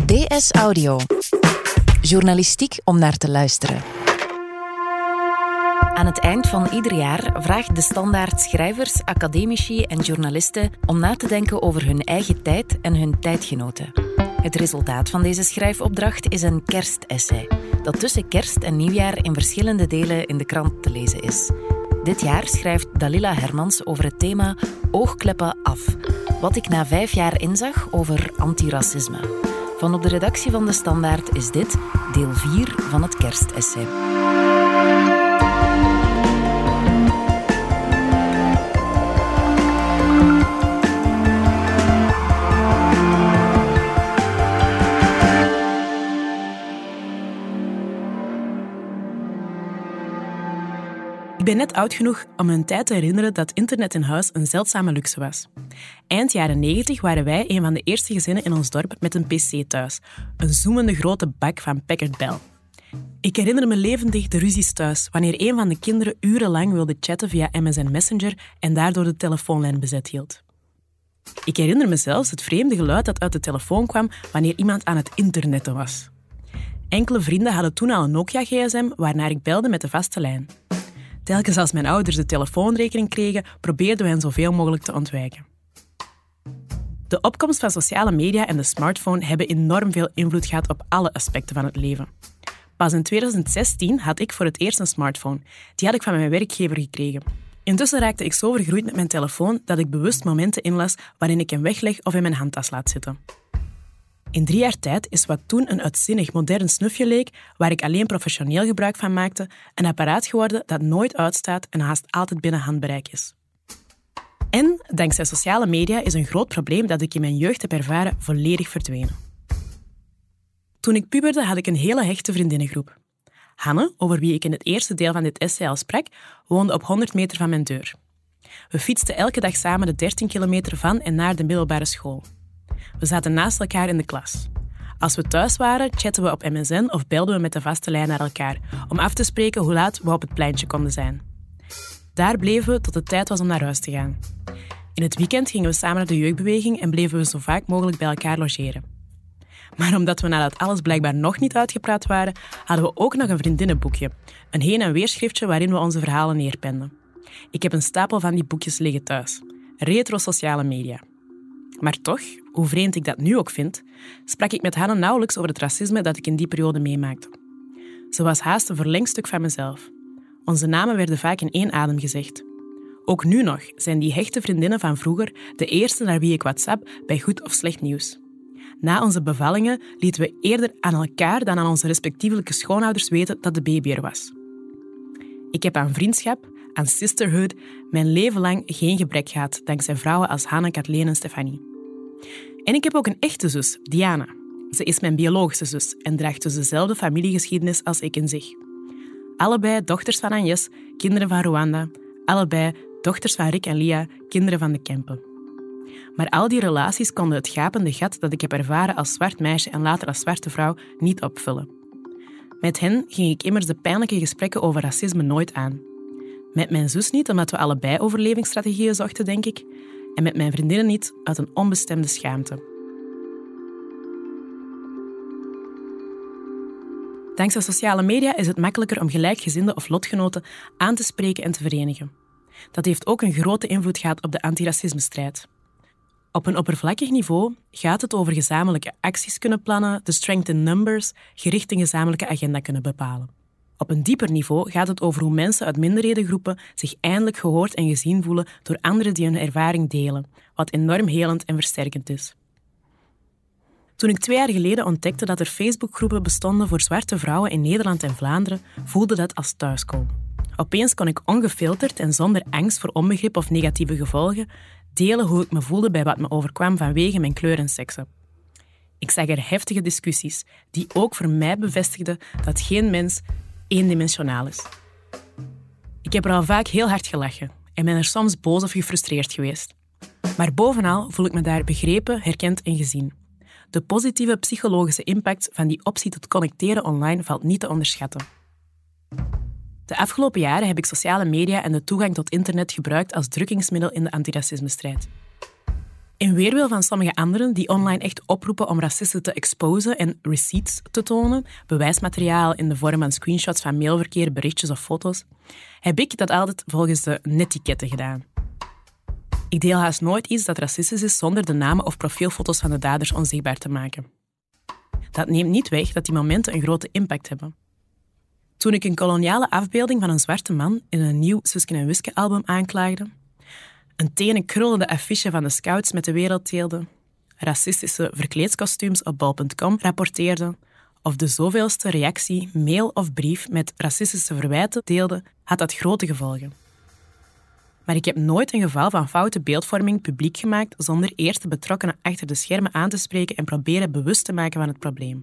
DS Audio. Journalistiek om naar te luisteren. Aan het eind van ieder jaar vraagt de Standaard schrijvers, academici en journalisten om na te denken over hun eigen tijd en hun tijdgenoten. Het resultaat van deze schrijfopdracht is een kerstessay, dat tussen kerst en nieuwjaar in verschillende delen in de krant te lezen is. Dit jaar schrijft Dalila Hermans over het thema Oogkleppen af, wat ik na 5 jaar inzag over antiracisme. Van op de redactie van de Standaard is dit deel 4 van het kerstessay. Ik ben net oud genoeg om me een tijd te herinneren dat internet in huis een zeldzame luxe was. Eind jaren 90 waren wij een van de eerste gezinnen in ons dorp met een pc thuis. Een zoemende grote bak van Packard Bell. Ik herinner me levendig de ruzies thuis, wanneer een van de kinderen urenlang wilde chatten via MSN Messenger en daardoor de telefoonlijn bezet hield. Ik herinner me zelfs het vreemde geluid dat uit de telefoon kwam wanneer iemand aan het internetten was. Enkele vrienden hadden toen al een Nokia-gsm waarnaar ik belde met de vaste lijn. Telkens als mijn ouders de telefoonrekening kregen, probeerden we hen zoveel mogelijk te ontwijken. De opkomst van sociale media en de smartphone hebben enorm veel invloed gehad op alle aspecten van het leven. Pas in 2016 had ik voor het eerst een smartphone. Die had ik van mijn werkgever gekregen. Intussen raakte ik zo vergroeid met mijn telefoon dat ik bewust momenten inlas waarin ik hem wegleg of in mijn handtas laat zitten. In 3 jaar tijd is wat toen een uitzinnig modern snufje leek, waar ik alleen professioneel gebruik van maakte, een apparaat geworden dat nooit uitstaat en haast altijd binnen handbereik is. En, dankzij sociale media, is een groot probleem dat ik in mijn jeugd heb ervaren volledig verdwenen. Toen ik puberde had ik een hele hechte vriendinnengroep. Hanne, over wie ik in het eerste deel van dit essay al sprak, woonde op 100 meter van mijn deur. We fietsten elke dag samen de 13 kilometer van en naar de middelbare school. We zaten naast elkaar in de klas. Als we thuis waren, chatten we op MSN of belden we met de vaste lijn naar elkaar om af te spreken hoe laat we op het pleintje konden zijn. Daar bleven we tot het tijd was om naar huis te gaan. In het weekend gingen we samen naar de jeugdbeweging en bleven we zo vaak mogelijk bij elkaar logeren. Maar omdat we nadat alles blijkbaar nog niet uitgepraat waren, hadden we ook nog een vriendinnenboekje, een heen- en weerschriftje waarin we onze verhalen neerpenden. Ik heb een stapel van die boekjes liggen thuis. Retro sociale media. Maar toch, hoe vreemd ik dat nu ook vind, sprak ik met Hanne nauwelijks over het racisme dat ik in die periode meemaakte. Ze was haast een verlengstuk van mezelf. Onze namen werden vaak in 1 adem gezegd. Ook nu nog zijn die hechte vriendinnen van vroeger de eerste naar wie ik WhatsApp bij goed of slecht nieuws. Na onze bevallingen lieten we eerder aan elkaar dan aan onze respectievelijke schoonouders weten dat de baby er was. Ik heb aan vriendschap, aan sisterhood, mijn leven lang geen gebrek gehad, dankzij vrouwen als Hanne, Kathleen en Stefanie. En ik heb ook een echte zus, Diana. Ze is mijn biologische zus en draagt dus dezelfde familiegeschiedenis als ik in zich. Allebei dochters van Agnes, kinderen van Rwanda. Allebei dochters van Rick en Lia, kinderen van de Kempen. Maar al die relaties konden het gapende gat dat ik heb ervaren als zwart meisje en later als zwarte vrouw niet opvullen. Met hen ging ik immers de pijnlijke gesprekken over racisme nooit aan. Met mijn zus niet, omdat we allebei overlevingsstrategieën zochten, denk ik. En met mijn vriendinnen niet, uit een onbestemde schaamte. Dankzij sociale media is het makkelijker om gelijkgezinden of lotgenoten aan te spreken en te verenigen. Dat heeft ook een grote invloed gehad op de antiracismestrijd. Op een oppervlakkig niveau gaat het over gezamenlijke acties kunnen plannen, de strength in numbers, gericht een gezamenlijke agenda kunnen bepalen. Op een dieper niveau gaat het over hoe mensen uit minderhedengroepen zich eindelijk gehoord en gezien voelen door anderen die hun ervaring delen, wat enorm helend en versterkend is. Toen ik 2 jaar geleden ontdekte dat er Facebookgroepen bestonden voor zwarte vrouwen in Nederland en Vlaanderen, voelde dat als thuiskomen. Opeens kon ik ongefilterd en zonder angst voor onbegrip of negatieve gevolgen delen hoe ik me voelde bij wat me overkwam vanwege mijn kleur en sekse. Ik zag er heftige discussies, die ook voor mij bevestigden dat geen mens eendimensionaal is. Ik heb er al vaak heel hard gelachen en ben er soms boos of gefrustreerd geweest. Maar bovenal voel ik me daar begrepen, herkend en gezien. De positieve psychologische impact van die optie tot connecteren online valt niet te onderschatten. De afgelopen jaren heb ik sociale media en de toegang tot internet gebruikt als drukkingsmiddel in de antiracismestrijd. In weerwil van sommige anderen die online echt oproepen om racisten te exposen en receipts te tonen, bewijsmateriaal in de vorm van screenshots van mailverkeer, berichtjes of foto's, heb ik dat altijd volgens de netiquette gedaan. Ik deel haast nooit iets dat racistisch is zonder de namen of profielfoto's van de daders onzichtbaar te maken. Dat neemt niet weg dat die momenten een grote impact hebben. Toen ik een koloniale afbeelding van een zwarte man in een nieuw Suske en Wiske album aanklaagde, een tenenkrullende affiche van de Scouts met de wereld deelde, racistische verkleedskostuums op bol.com rapporteerde of de zoveelste reactie, mail of brief met racistische verwijten deelde, had dat grote gevolgen. Maar ik heb nooit een geval van foute beeldvorming publiek gemaakt zonder eerst de betrokkenen achter de schermen aan te spreken en proberen bewust te maken van het probleem.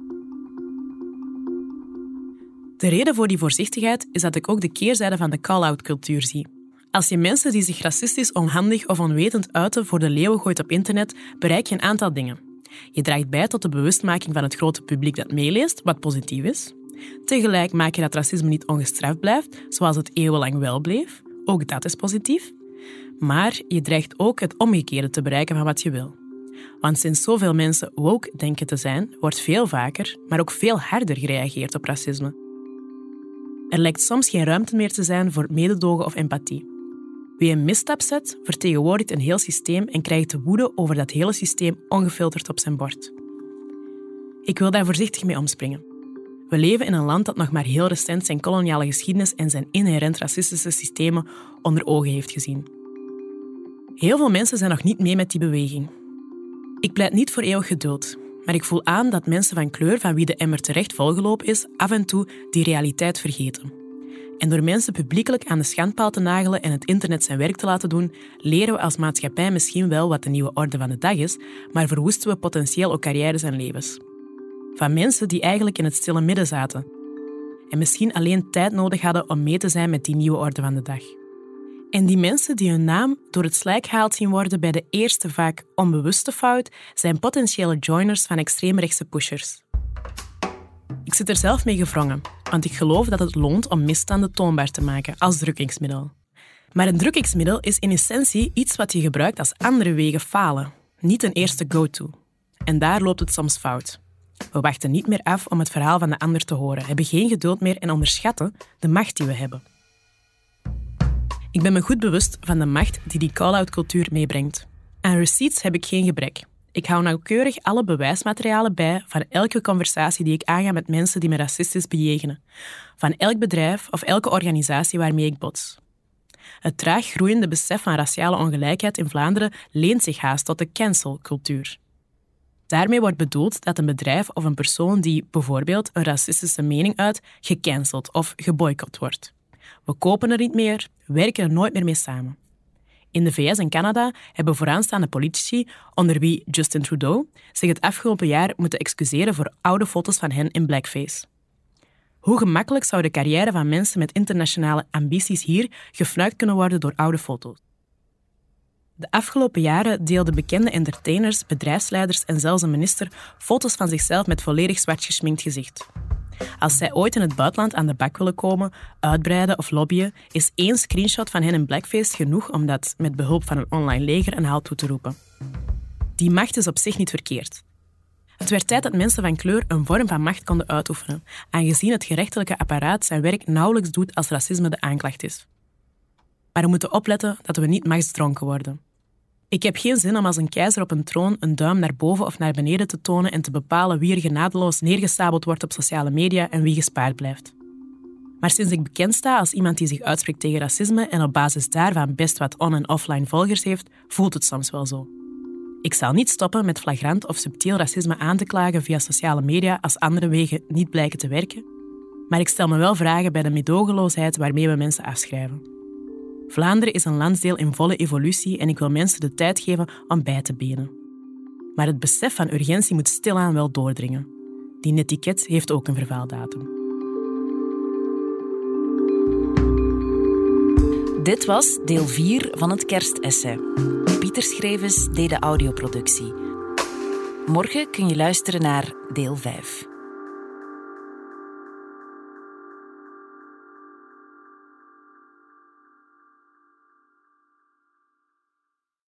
De reden voor die voorzichtigheid is dat ik ook de keerzijde van de call-out-cultuur zie. Als je mensen die zich racistisch, onhandig of onwetend uiten voor de leeuwen gooit op internet, bereik je een aantal dingen. Je draagt bij tot de bewustmaking van het grote publiek dat meeleest, wat positief is. Tegelijk maak je dat racisme niet ongestraft blijft, zoals het eeuwenlang wel bleef. Ook dat is positief. Maar je dreigt ook het omgekeerde te bereiken van wat je wil. Want sinds zoveel mensen woke denken te zijn, wordt veel vaker, maar ook veel harder gereageerd op racisme. Er lijkt soms geen ruimte meer te zijn voor mededogen of empathie. Wie een misstap zet, vertegenwoordigt een heel systeem en krijgt de woede over dat hele systeem ongefilterd op zijn bord. Ik wil daar voorzichtig mee omspringen. We leven in een land dat nog maar heel recent zijn koloniale geschiedenis en zijn inherent racistische systemen onder ogen heeft gezien. Heel veel mensen zijn nog niet mee met die beweging. Ik pleit niet voor eeuwig geduld, maar ik voel aan dat mensen van kleur, van wie de emmer terecht volgelopen is, af en toe die realiteit vergeten. En door mensen publiekelijk aan de schandpaal te nagelen en het internet zijn werk te laten doen, leren we als maatschappij misschien wel wat de nieuwe orde van de dag is, maar verwoesten we potentieel ook carrières en levens. Van mensen die eigenlijk in het stille midden zaten en misschien alleen tijd nodig hadden om mee te zijn met die nieuwe orde van de dag. En die mensen die hun naam door het slijk gehaald zien worden bij de eerste vaak onbewuste fout, zijn potentiële joiners van extreemrechtse pushers. Ik zit er zelf mee gevrongen, want ik geloof dat het loont om misstanden toonbaar te maken als drukkingsmiddel. Maar een drukkingsmiddel is in essentie iets wat je gebruikt als andere wegen falen, niet een eerste go-to. En daar loopt het soms fout. We wachten niet meer af om het verhaal van de ander te horen, hebben geen geduld meer en onderschatten de macht die we hebben. Ik ben me goed bewust van de macht die call-out-cultuur meebrengt. Aan receipts heb ik geen gebrek. Ik hou nauwkeurig alle bewijsmaterialen bij van elke conversatie die ik aanga met mensen die me racistisch bejegenen. Van elk bedrijf of elke organisatie waarmee ik bots. Het traag groeiende besef van raciale ongelijkheid in Vlaanderen leent zich haast tot de cancelcultuur. Daarmee wordt bedoeld dat een bedrijf of een persoon die bijvoorbeeld een racistische mening uit, gecanceld of geboycott wordt. We kopen er niet meer, werken er nooit meer mee samen. In de VS en Canada hebben vooraanstaande politici, onder wie Justin Trudeau, zich het afgelopen jaar moeten excuseren voor oude foto's van hen in blackface. Hoe gemakkelijk zou de carrière van mensen met internationale ambities hier gefnuikt kunnen worden door oude foto's? De afgelopen jaren deelden bekende entertainers, bedrijfsleiders en zelfs een minister foto's van zichzelf met volledig zwart geschminkt gezicht. Als zij ooit in het buitenland aan de bak willen komen, uitbreiden of lobbyen, is 1 screenshot van hen in blackface genoeg om dat met behulp van een online leger een halt toe te roepen. Die macht is op zich niet verkeerd. Het werd tijd dat mensen van kleur een vorm van macht konden uitoefenen, aangezien het gerechtelijke apparaat zijn werk nauwelijks doet als racisme de aanklacht is. Maar we moeten opletten dat we niet machtsdronken worden. Ik heb geen zin om als een keizer op een troon een duim naar boven of naar beneden te tonen en te bepalen wie er genadeloos neergesabeld wordt op sociale media en wie gespaard blijft. Maar sinds ik bekend sta als iemand die zich uitspreekt tegen racisme en op basis daarvan best wat on- en offline volgers heeft, voelt het soms wel zo. Ik zal niet stoppen met flagrant of subtiel racisme aan te klagen via sociale media als andere wegen niet blijken te werken, maar ik stel me wel vragen bij de meedogenloosheid waarmee we mensen afschrijven. Vlaanderen is een landsdeel in volle evolutie en ik wil mensen de tijd geven om bij te benen. Maar het besef van urgentie moet stilaan wel doordringen. Die netiquette heeft ook een vervaaldatum. Dit was deel 4 van het kerstessay. Pieter Schrevens deed de audioproductie. Morgen kun je luisteren naar deel 5.